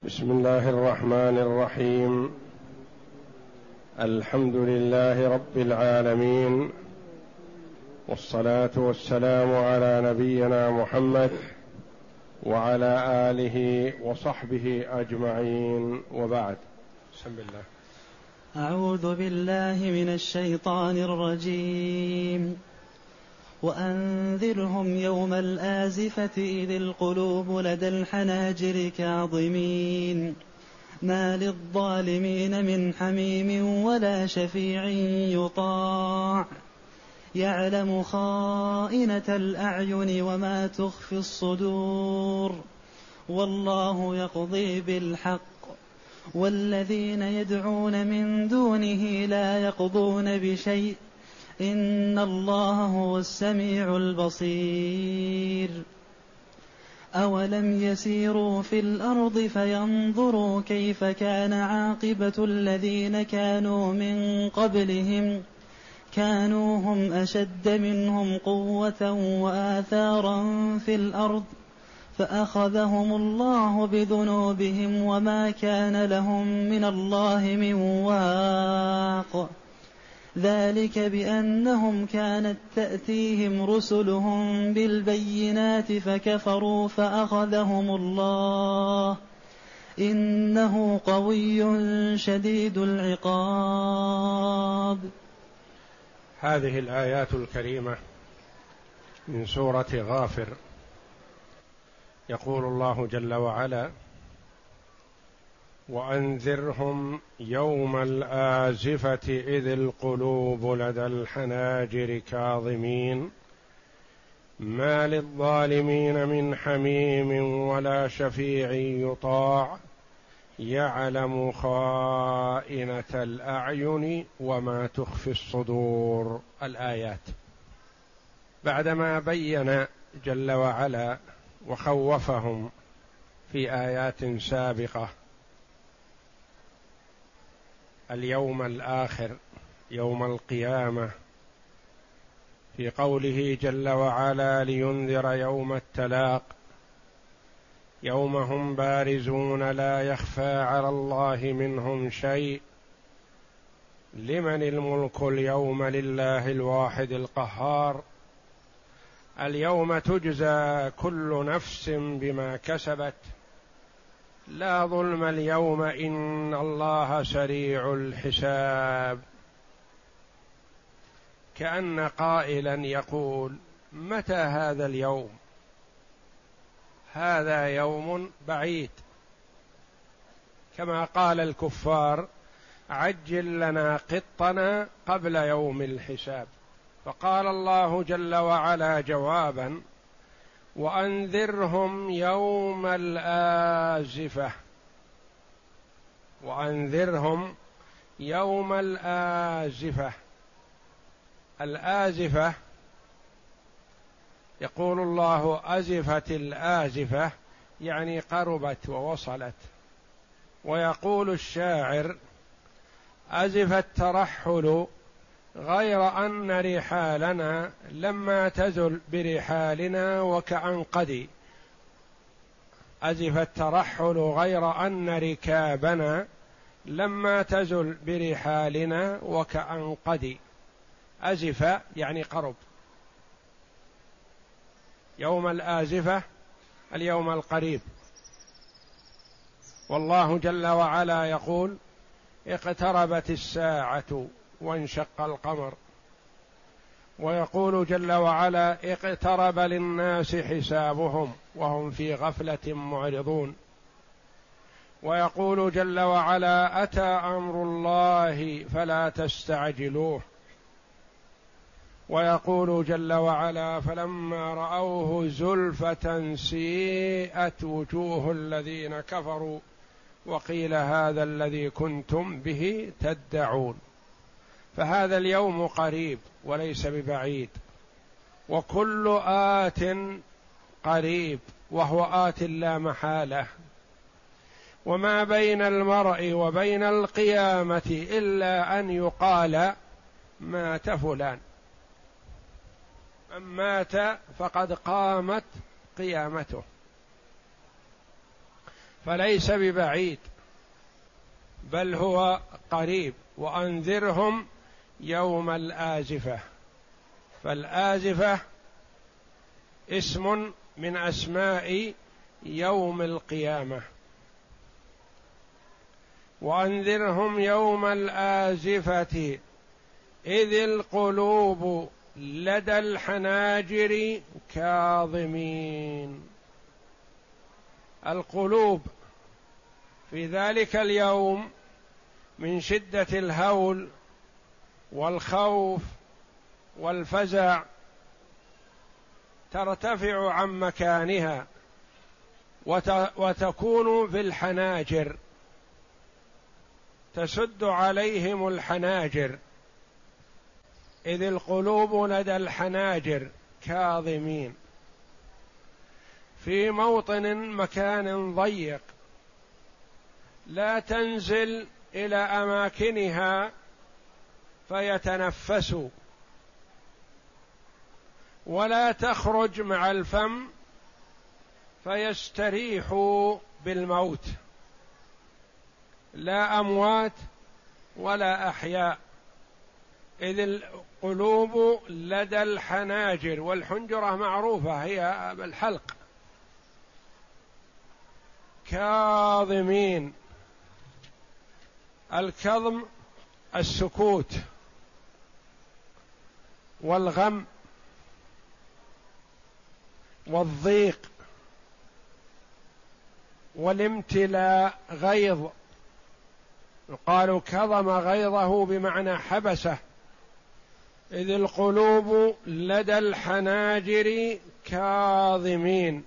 بسم الله الرحمن الرحيم. الحمد لله رب العالمين، والصلاة والسلام على نبينا محمد وعلى آله وصحبه أجمعين، وبعد. بسم الله. أعوذ بالله من الشيطان الرجيم. وأنذرهم يوم الآزفة إذ القلوب لدى الحناجر كاظمين ما للظالمين من حميم ولا شفيع يطاع يعلم خائنة الأعين وما تخفي الصدور والله يقضي بالحق والذين يدعون من دونه لا يقضون بشيء إن الله هو السميع البصير. أولم يسيروا في الأرض فينظروا كيف كان عاقبة الذين كانوا من قبلهم كانوا هم أشد منهم قوة وآثارا في الأرض فأخذهم الله بذنوبهم وما كان لهم من الله من واق ذلك بأنهم كانت تأتيهم رسلهم بالبينات فكفروا فأخذهم الله إنه قوي شديد العقاب. هذه الآيات الكريمة من سورة غافر. يقول الله جل وعلا: وأنذرهم يوم الآزفة إذ القلوب لدى الحناجر كاظمين ما للظالمين من حميم ولا شفيع يطاع يعلم خائنة الأعين وما تخفي الصدور. الآيات. بعدما بين جل وعلا وخوفهم في آيات سابقة اليوم الآخر يوم القيامة في قوله جل وعلا: لينذر يوم التلاق يوم هم بارزون لا يخفى على الله منهم شيء لمن الملك اليوم لله الواحد القهار اليوم تجزى كل نفس بما كسبت لا ظلم اليوم إن الله سريع الحساب. كأن قائلا يقول: متى هذا اليوم؟ هذا يوم بعيد، كما قال الكفار: عجل لنا قطنا قبل يوم الحساب. فقال الله جل وعلا جوابا: وأنذرهم يوم الآزفة. وأنذرهم يوم الآزفة. الآزفة يقول الله: أزفت الآزفة، يعني قربت ووصلت. ويقول الشاعر: أزف الترحل غير أن رحالنا لما تزل برحالنا وكأنقدي. أزف الترحل غير أن ركابنا لما تزل برحالنا وكأنقدي. أزف يعني قرب. يوم الآزفة اليوم القريب. والله جل وعلا يقول: اقتربت الساعة وانشق القمر. ويقول جل وعلا: اقترب للناس حسابهم وهم في غفلة معرضون. ويقول جل وعلا: أتى أمر الله فلا تستعجلوه. ويقول جل وعلا: فلما رأوه زلفة سيئت وجوه الذين كفروا وقيل هذا الذي كنتم به تدعون. فهذا اليوم قريب وليس ببعيد، وكل آت قريب، وهو آت لا محالة. وما بين المرء وبين القيامة إلا أن يقال: مات فلان. من مات فقد قامت قيامته. فليس ببعيد بل هو قريب. وأنذرهم يوم الآزفة، فالآزفة اسم من أسماء يوم القيامة. وأنذرهم يوم الآزفة إذ القلوب لدى الحناجر كاظمين. القلوب في ذلك اليوم من شدة الهول والخوف والفزع ترتفع عن مكانها وتكون في الحناجر، تسد عليهم الحناجر. إذ القلوب لدى الحناجر كاظمين، في موطن مكان ضيق، لا تنزل إلى أماكنها فيتنفسوا، ولا تخرج مع الفم فيستريحوا بالموت، لا أموات ولا أحياء. إذ القلوب لدى الحناجر، والحنجرة معروفة هي الحلق، كاظمين. الكظم السكوت والغم والضيق والامتلاء، غيظ، يقال كظم غيظه بمعنى حبسه. إذ القلوب لدى الحناجر كاظمين،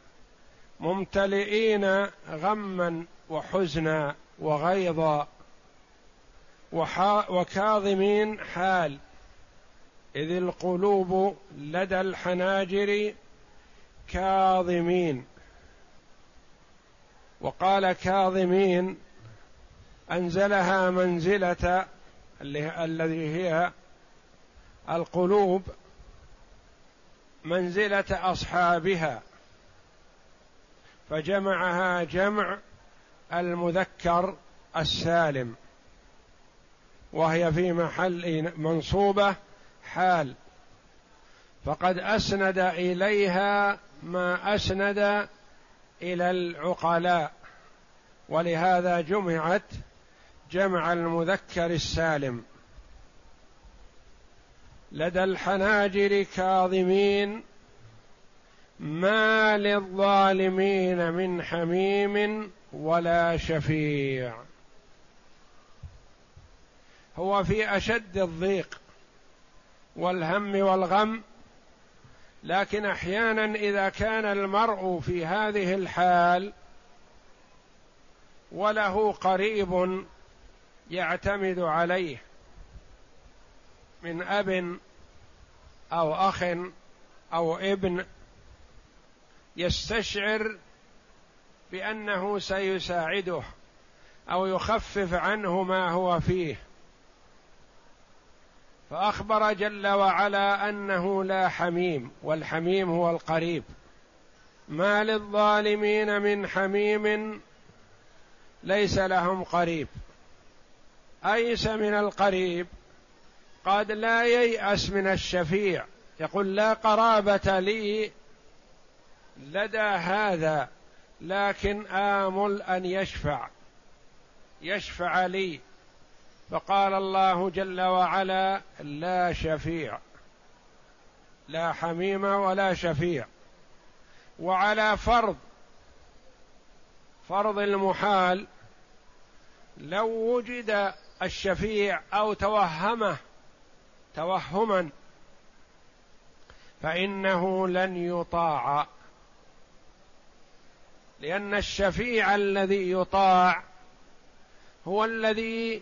ممتلئين غما وحزنا وغيظا، وكاظمين حال. إذ القلوب لدى الحناجر كاظمين. وقال كاظمين أنزلها منزلة الذي هي القلوب منزلة أصحابها، فجمعها جمع المذكر السالم، وهي في محل منصوبة حال، فقد أسند إليها ما أسند إلى العقلاء، ولهذا جمعت جمع المذكر السالم. لدى الحناجر كاظمين ما للظالمين من حميم ولا شفيع. هو في أشد الضيق والهم والغم، لكن أحيانا إذا كان المرء في هذه الحال وله قريب يعتمد عليه من أب أو أخ أو ابن، يستشعر بأنه سيساعده أو يخفف عنه ما هو فيه، فأخبر جل وعلا أنه لا حميم، والحميم هو القريب. ما للظالمين من حميم، ليس لهم قريب. أيس من القريب، قد لا ييأس من الشفيع، يقول لا قرابة لي لدى هذا، لكن آمل أن يشفع لي. فقال الله جل وعلا لا شفيع، لا حميم ولا شفيع. وعلى فرض المحال، لو وجد الشفيع أو توهما فإنه لن يطاع، لأن الشفيع الذي يطاع هو الذي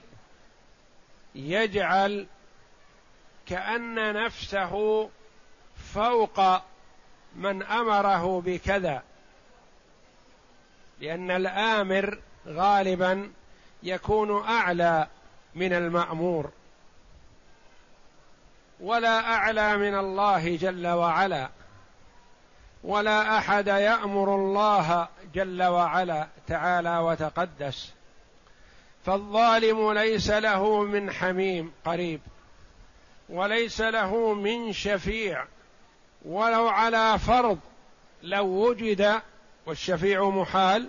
يجعل كأن نفسه فوق من أمره بكذا، لأن الآمر غالبا يكون أعلى من المأمور، ولا أعلى من الله جل وعلا، ولا أحد يأمر الله جل وعلا تعالى وتقدس. فالظالم ليس له من حميم قريب، وليس له من شفيع، ولو على فرض لو وجد، والشفيع محال،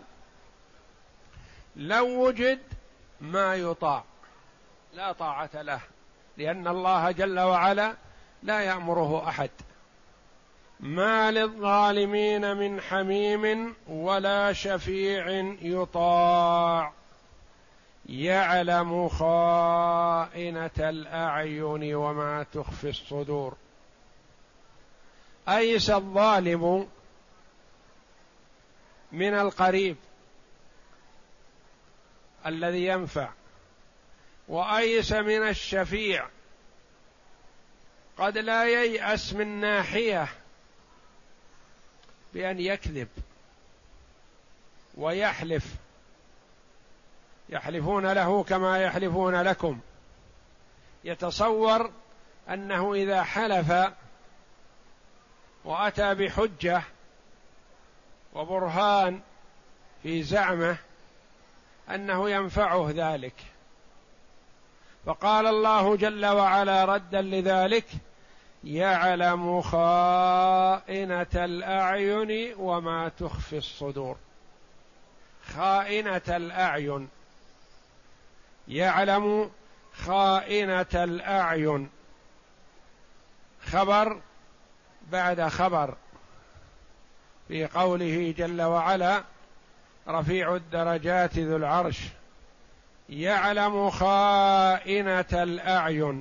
لو وجد ما يطاع، لا طاعة له، لأن الله جل وعلا لا يأمره أحد. ما للظالمين من حميم ولا شفيع يطاع يعلم خائنة الأعين وما تخفي الصدور. أيس الظالم من القريب الذي ينفع، وأيس من الشفيع قد لا ييأس من ناحية بأن يكذب ويحلف، يحلفون له كما يحلفون لكم، يتصور أنه إذا حلف وأتى بحجة وبرهان في زعمه أنه ينفعه ذلك. فقال الله جل وعلا ردا لذلك: يعلم خائنة الأعين وما تخفي الصدور. خائنة الأعين، يعلم خائنة الأعين، خبر بعد خبر، في قوله جل وعلا: رفيع الدرجات ذو العرش، يعلم خائنة الأعين.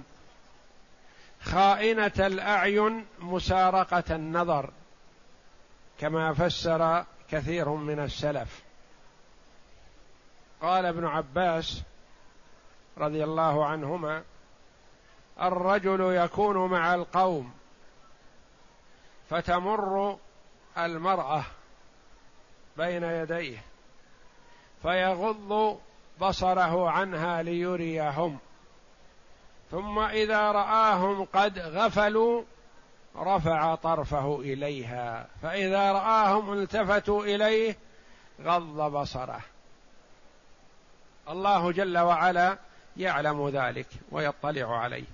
خائنة الأعين مسارقة النظر، كما فسر كثير من السلف. قال ابن عباس رضي الله عنهما: الرجل يكون مع القوم فتمر المرأة بين يديه فيغض بصره عنها ليريهم، ثم إذا رآهم قد غفلوا رفع طرفه إليها، فإذا رآهم التفتوا إليه غض بصره. الله جل وعلا يعلم ذلك ويطلع عليه.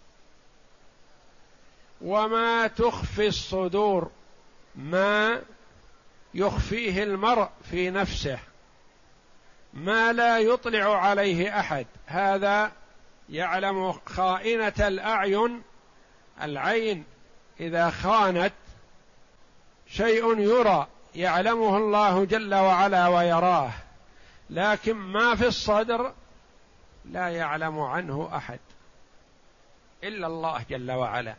وما تخفي الصدور، ما يخفيه المرء في نفسه، ما لا يطلع عليه أحد، هذا يعلم خائنة الأعين. العين إذا خانت شيء يرى يعلمه الله جل وعلا ويراه، لكن ما في الصدر لا يعلم عنه أحد إلا الله جل وعلا.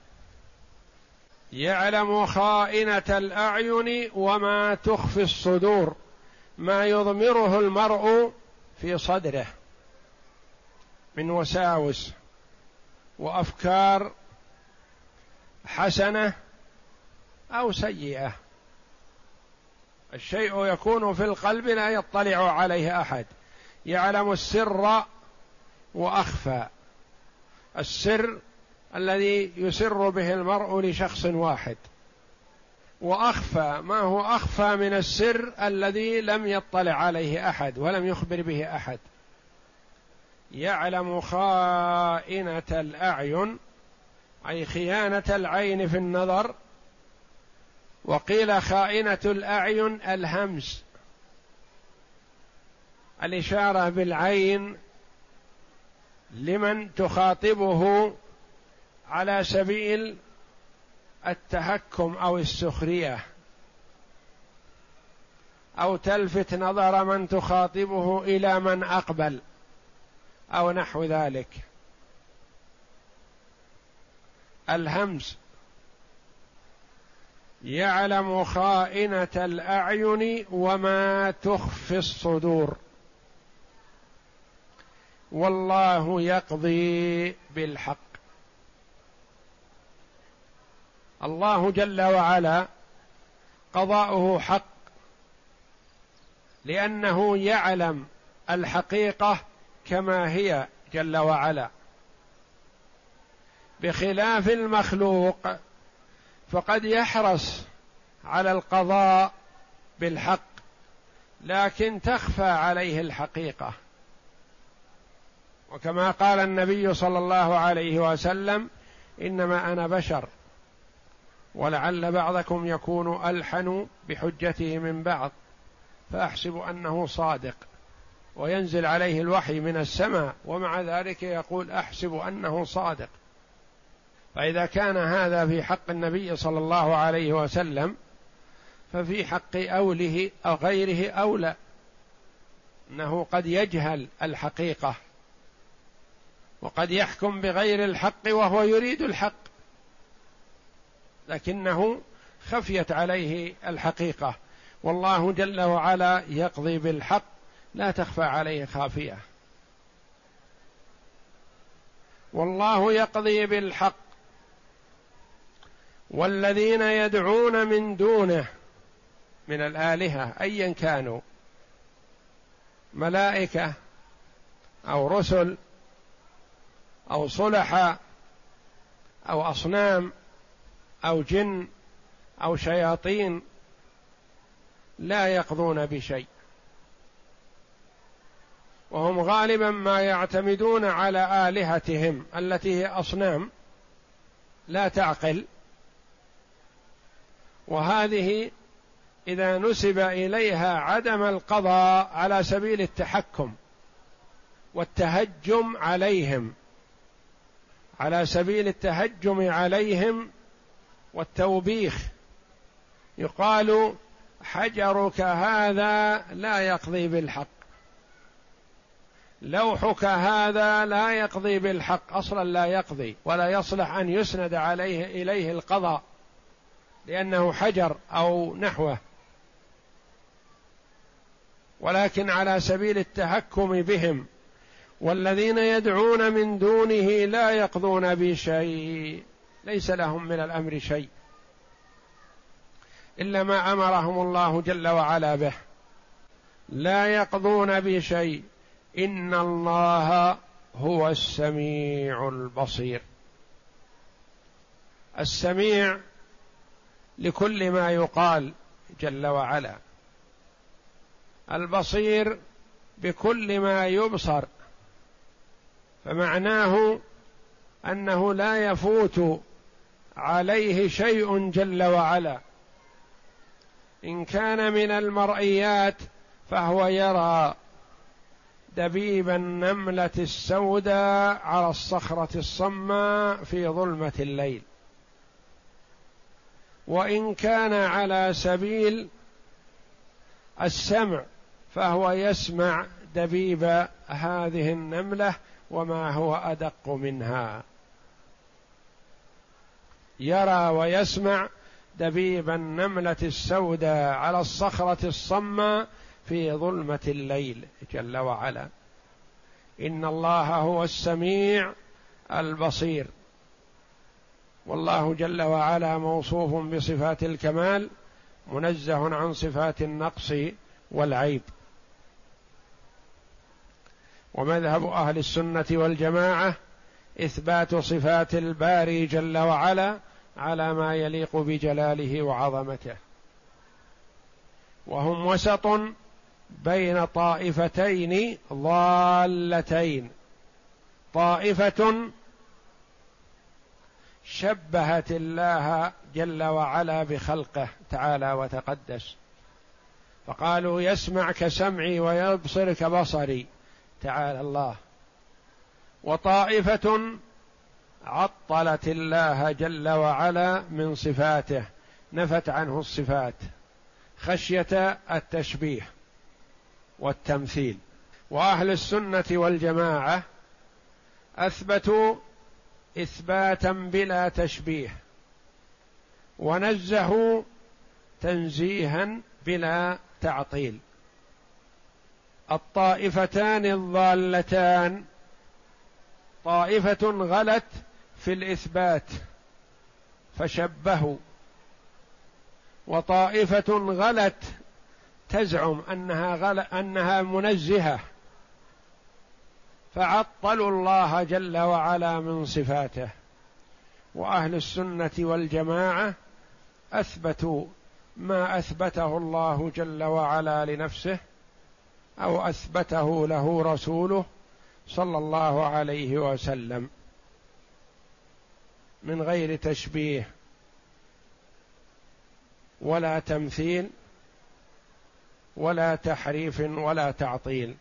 يعلم خائنة الأعين وما تخفي الصدور، ما يضمره المرء في صدره من وساوس وأفكار حسنة أو سيئة. الشيء يكون في القلب لا يطلع عليه أحد. يعلم السر وأخفى، السر الذي يسر به المرء لشخص واحد، وأخفى ما هو أخفى من السر الذي لم يطلع عليه أحد ولم يخبر به أحد. يعلم خائنة الأعين أي خيانة العين في النظر، وقيل خائنة الأعين الهمس، الإشارة بالعين لمن تخاطبه على سبيل التهكم أو السخرية، أو تلفت نظر من تخاطبه إلى من أقبل أو نحو ذلك. الهمس. يعلم خائنة الأعين وما تخفي الصدور، والله يقضي بالحق. الله جل وعلا قضاؤه حق، لأنه يعلم الحقيقة كما هي جل وعلا، بخلاف المخلوق فقد يحرص على القضاء بالحق، لكن تخفى عليه الحقيقة. وكما قال النبي صلى الله عليه وسلم: إنما أنا بشر ولعل بعضكم يكون ألحن بحجته من بعض، فأحسب أنه صادق، وينزل عليه الوحي من السماء ومع ذلك يقول أحسب أنه صادق. فإذا كان هذا في حق النبي صلى الله عليه وسلم، ففي حق أوله أو غيره أولى، أنه قد يجهل الحقيقة وقد يحكم بغير الحق وهو يريد الحق، لكنه خفيت عليه الحقيقة، والله جل وعلا يقضي بالحق لا تخفى عليه خافية. والله يقضي بالحق، والذين يدعون من دونه من الآلهة أيا كانوا، ملائكة أو رسل أو صلحاء أو أصنام أو جن أو شياطين، لا يقضون بشيء، وهم غالبا ما يعتمدون على آلهتهم التي هي أصنام لا تعقل، وهذه إذا نسب إليها عدم القضاء على سبيل التحكم والتهجم عليهم، على سبيل التهجم عليهم والتوبيخ، يقال حجرك هذا لا يقضي بالحق، لوحك هذا لا يقضي بالحق، أصلا لا يقضي ولا يصلح أن يسند إليه القضاء لأنه حجر أو نحوه، ولكن على سبيل التحكم بهم. والذين يدعون من دونه لا يقضون بشيء، ليس لهم من الأمر شيء إلا ما أمرهم الله جل وعلا به، لا يقضون بشيء. إن الله هو السميع البصير. السميع لكل ما يقال جل وعلا، البصير بكل ما يبصر، فمعناه أنه لا يفوت عليه شيء جل وعلا. إن كان من المرئيات فهو يرى دبيب النملة السوداء على الصخرة الصماء في ظلمة الليل، وإن كان على سبيل السمع فهو يسمع دبيب هذه النملة وما هو أدق منها، يرى ويسمع دبيب النملة السوداء على الصخرة الصماء في ظلمة الليل جل وعلا. إن الله هو السميع البصير، والله جل وعلا موصوف بصفات الكمال، منزه عن صفات النقص والعيب. ومذهب أهل السنة والجماعة إثبات صفات الباري جل وعلا على ما يليق بجلاله وعظمته، وهم وسط بين طائفتين ضالتين، طائفة شبهت الله جل وعلا بخلقه تعالى وتقدس، فقالوا يسمع كسمعي ويبصر كبصري تعالى الله، وطائفة عطلت الله جل وعلا من صفاته، نفت عنه الصفات خشية التشبيه والتمثيل. وأهل السنة والجماعة أثبتوا إثباتا بلا تشبيه، ونزهوا تنزيها بلا تعطيل. الطائفتان الضالتان طائفة غلت في الإثبات فشبهوا، وطائفة غلت تزعم أنها منزهة فعطلوا الله جل وعلا من صفاته. وأهل السنة والجماعة أثبتوا ما أثبته الله جل وعلا لنفسه أو أثبته له رسوله صلى الله عليه وسلم من غير تشبيه ولا تمثيل ولا تحريف ولا تعطيل،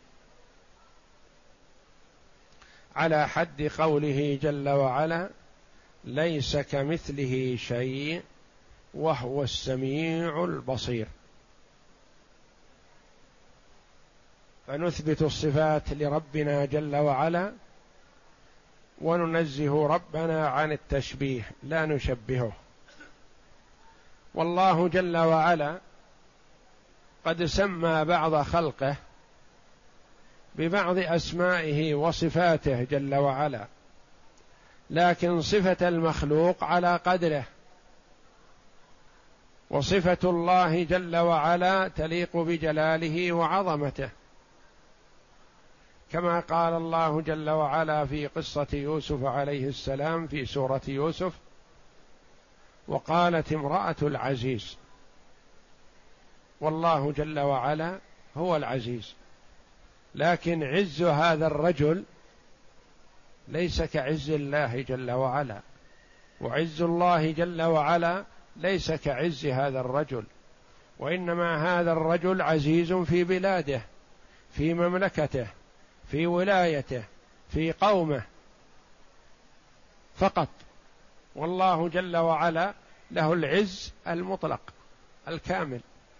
على حد قوله جل وعلا: ليس كمثله شيء وهو السميع البصير. فنثبت الصفات لربنا جل وعلا وننزه ربنا عن التشبيه، لا نشبهه. والله جل وعلا قد سمى بعض خلقه ببعض أسمائه وصفاته جل وعلا، لكن صفة المخلوق على قدره، وصفة الله جل وعلا تليق بجلاله وعظمته، كما قال الله جل وعلا في قصة يوسف عليه السلام في سورة يوسف: وقالت امرأة العزيز. والله جل وعلا هو العزيز، لكن عز هذا الرجل ليس كعز الله جل وعلا، وعز الله جل وعلا ليس كعز هذا الرجل، وإنما هذا الرجل عزيز في بلاده، في مملكته، في ولايته، في قومه فقط، والله جل وعلا له العز المطلق الكامل.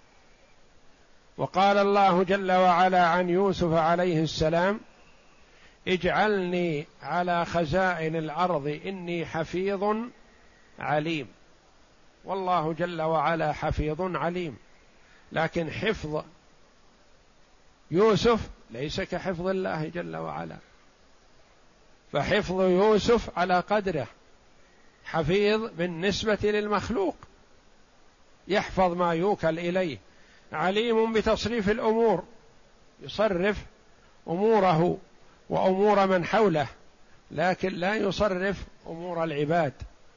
وقال الله جل وعلا عن يوسف عليه السلام: اجعلني على خزائن الأرض إني حفيظ عليم. والله جل وعلا حفيظ عليم، لكن حفظ يوسف ليس كحفظ الله جل وعلا، فحفظ يوسف على قدره، حفيظ بالنسبة للمخلوق، يحفظ ما يوكل إليه، عليم بتصريف الأمور، يصرف أموره وأمور من حوله، لكن لا يصرف أمور العباد.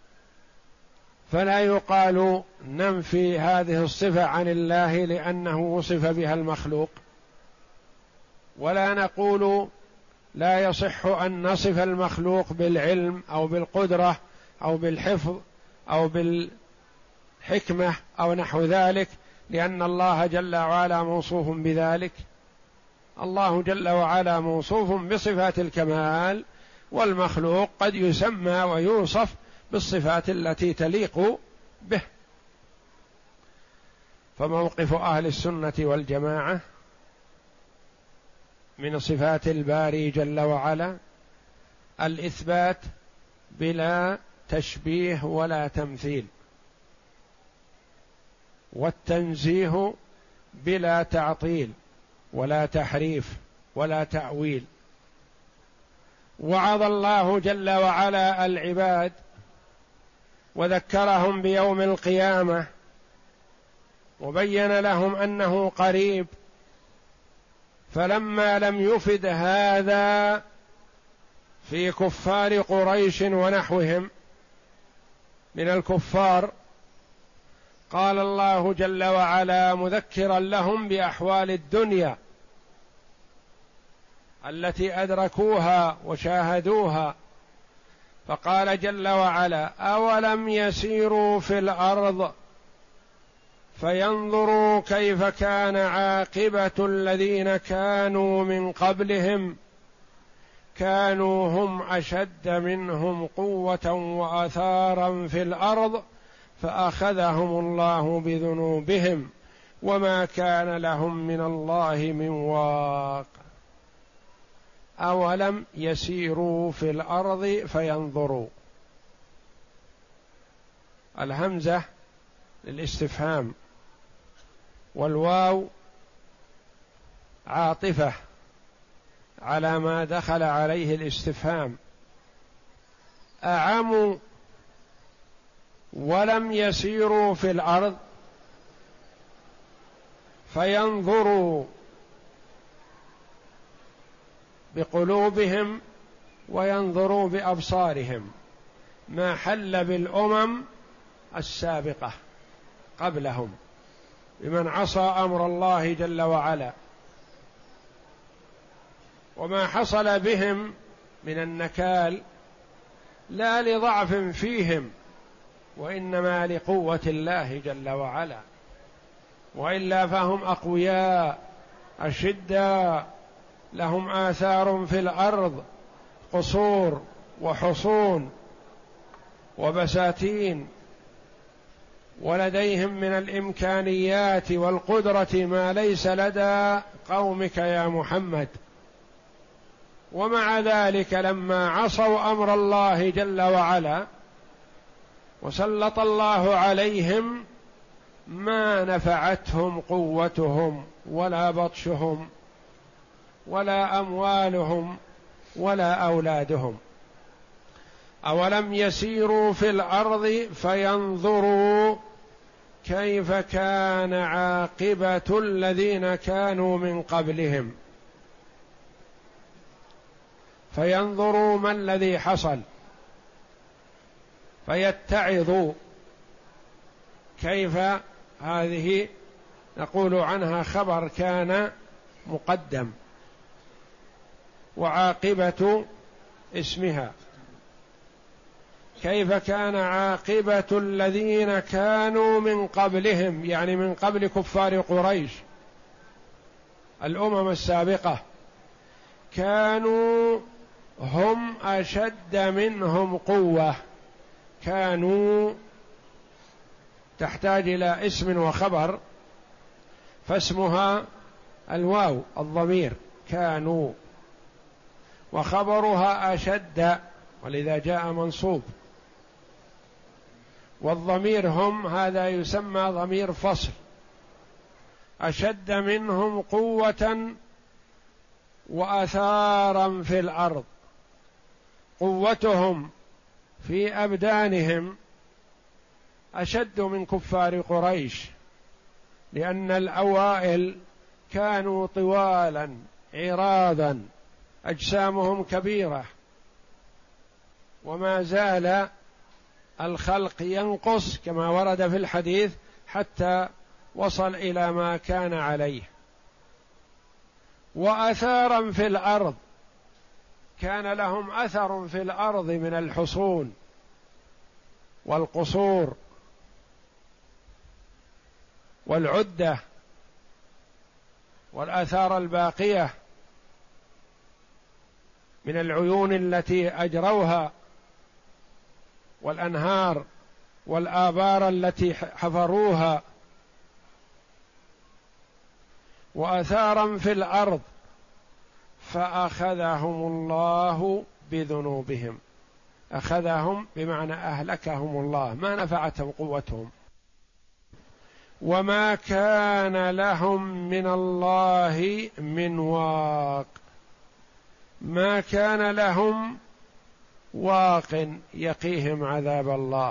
فلا يقال ننفي هذه الصفة عن الله لأنه وصف بها المخلوق، ولا نقول لا يصح أن نصف المخلوق بالعلم أو بالقدرة أو بالحفظ أو بالحكمة أو نحو ذلك، لأن الله جل وعلا موصوف بذلك. الله جل وعلا موصوف بصفات الكمال، والمخلوق قد يسمى ويوصف بالصفات التي تليق به. فموقف أهل السنة والجماعة من صفات الباري جل وعلا الإثبات بلا تشبيه ولا تمثيل، والتنزيه بلا تعطيل ولا تحريف ولا تأويل. وعظ الله جل وعلا العباد وذكرهم بيوم القيامة، وبين لهم أنه قريب، فلما لم يفد هذا في كفار قريش ونحوهم من الكفار، قال الله جل وعلا مذكرا لهم بأحوال الدنيا التي أدركوها وشاهدوها، فقال جل وعلا: أولم يسيروا في الأرض فينظروا كيف كان عاقبة الذين كانوا من قبلهم كانوا هم أشد منهم قوة وآثارا في الأرض فأخذهم الله بذنوبهم وما كان لهم من الله من واق. أولم يسيروا في الأرض فينظروا، الهمزة للاستفهام، والواو عاطفة على ما دخل عليه الاستفهام. أعموا ولم يسيروا في الأرض فينظروا بقلوبهم وينظروا بأبصارهم ما حل بالأمم السابقة قبلهم بمن عصى أمر الله جل وعلا، وما حصل بهم من النكال لا لضعف فيهم، وإنما لقوة الله جل وعلا، وإلا فهم أقوياء أشداء، لهم آثار في الأرض، قصور وحصون وبساتين، ولديهم من الإمكانيات والقدرة ما ليس لدى قومك يا محمد. ومع ذلك لما عصوا أمر الله جل وعلا وسلط الله عليهم ما نفعتهم قوتهم ولا بطشهم ولا أموالهم ولا أولادهم. أولم يسيروا في الأرض فينظروا كيف كان عاقبة الذين كانوا من قبلهم، فينظروا ما الذي حصل، فيتعظوا. كيف هذه نقول عنها خبر كان مقدم، وعاقبة اسمها. كيف كان عاقبة الذين كانوا من قبلهم، يعني من قبل كفار قريش الأمم السابقة، كانوا هم أشد منهم قوة. كانوا تحتاج إلى اسم وخبر، فاسمها الواو الضمير كانوا، وخبرها أشد، ولذا جاء منصوب. والضمير هم هذا يسمى ضمير فصل. أشد منهم قوة وآثارا في الأرض، قوتهم في أبدانهم أشد من كفار قريش، لأن الأوائل كانوا طوالا عراضا أجسامهم كبيرة، وما زال الخلق ينقص كما ورد في الحديث حتى وصل إلى ما كان عليه. وأثارا في الأرض، كان لهم أثر في الأرض من الحصون والقصور والعدة والآثار الباقية من العيون التي أجروها والأنهار والآبار التي حفروها، وآثارا في الأرض، فأخذهم الله بذنوبهم. أخذهم بمعنى أهلكهم الله، ما نفعتهم قوتهم. وما كان لهم من الله من واق، ما كان لهم واق يقيهم عذاب الله،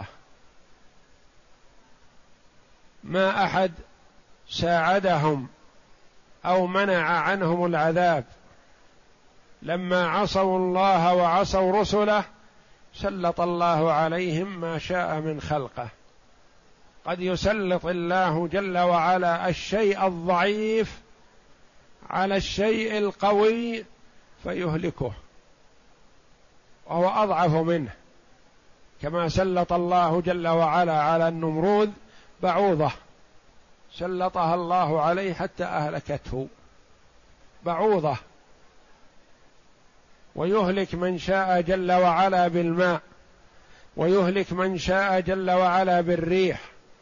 ما أحد ساعدهم أو منع عنهم العذاب. لما عصوا الله وعصوا رسله سلط الله عليهم ما شاء من خلقه. قد يسلط الله جل وعلا الشيء الضعيف على الشيء القوي فيهلكه وهو أضعف منه، كما سلط الله جل وعلا على النمرود بعوضة، سلطها الله عليه حتى أهلكته بعوضة. ويهلك من شاء جل وعلا بالماء، ويهلك من شاء جل وعلا بالريح.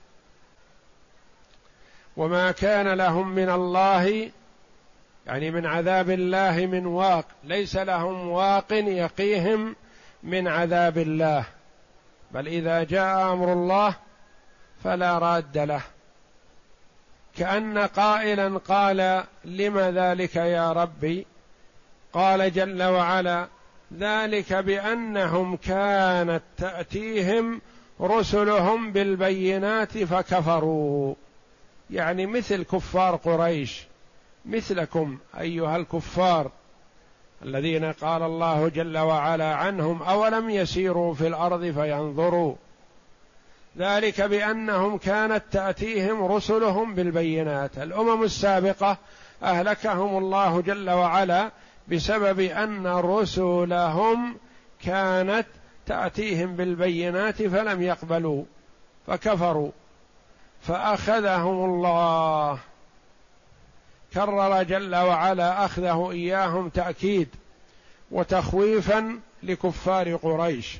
وما كان لهم من الله، يعني من عذاب الله، من واق، ليس لهم واق يقيهم من عذاب الله، بل إذا جاء أمر الله فلا راد له. كأن قائلا قال: لم ذلك يا ربي؟ قال جل وعلا: ذلك بأنهم كانت تأتيهم رسلهم بالبينات فكفروا. يعني مثل كفار قريش، مثلكم أيها الكفار الذين قال الله جل وعلا عنهم: أولم يسيروا في الأرض فينظروا ذلك بأنهم كانت تأتيهم رسلهم بالبينات. الأمم السابقة أهلكهم الله جل وعلا بسبب أن رسلهم كانت تأتيهم بالبينات فلم يقبلوا فكفروا، فأخذهم الله. كرر جل وعلا أخذه إياهم تأكيد وتخويفا لكفار قريش،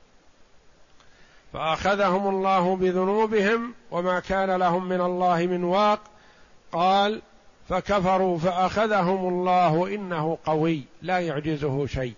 فأخذهم الله بذنوبهم وما كان لهم من الله من واق. قال فكفروا فأخذهم الله إنه قوي لا يعجزه شيء،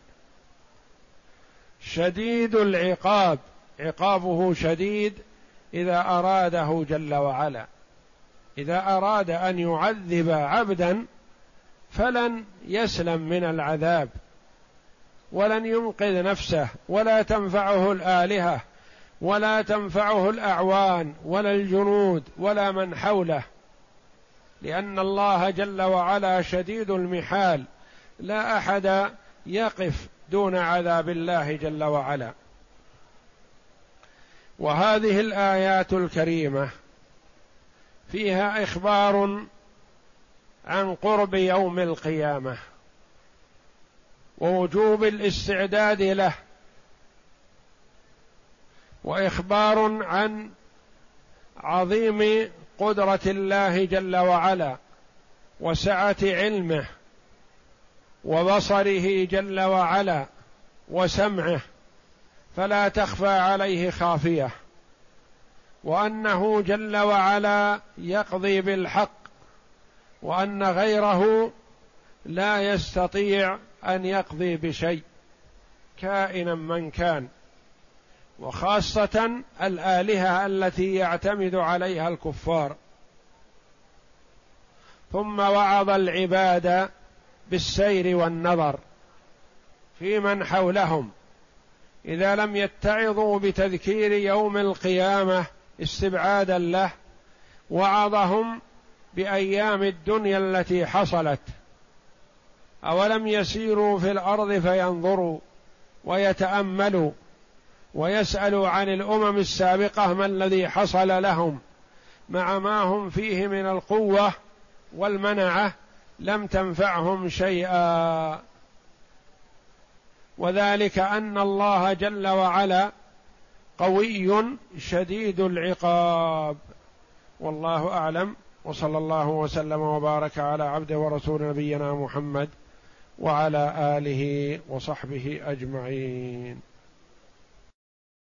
شديد العقاب، عقابه شديد إذا أراده جل وعلا. إذا أراد أن يعذب عبدا فلن يسلم من العذاب ولن ينقذ نفسه، ولا تنفعه الآلهة ولا تنفعه الأعوان ولا الجنود ولا من حوله، لأن الله جل وعلا شديد المحال، لا أحد يقف دون عذاب الله جل وعلا. وهذه الآيات الكريمة فيها إخبار عن قرب يوم القيامة ووجوب الاستعداد له، وإخبار عن عظيم قدرة الله جل وعلا وسعة علمه وبصره جل وعلا وسمعه، فلا تخفى عليه خافية، وأنه جل وعلا يقضي بالحق، وأن غيره لا يستطيع أن يقضي بشيء كائنا من كان، وخاصة الآلهة التي يعتمد عليها الكفار. ثم وعظ العباد بالسير والنظر في من حولهم، إذا لم يتعظوا بتذكير يوم القيامة استبعادا له، وعظهم بأيام الدنيا التي حصلت. أولم يسيروا في الأرض فينظروا ويتأملوا ويسألوا عن الأمم السابقة ما الذي حصل لهم مع ما هم فيه من القوة والمنعة، لم تنفعهم شيئا. وذلك أن الله جل وعلا قوي شديد العقاب. والله أعلم، وصلى الله وسلم وبارك على عبده ورسول نبينا محمد وعلى آله وصحبه أجمعين.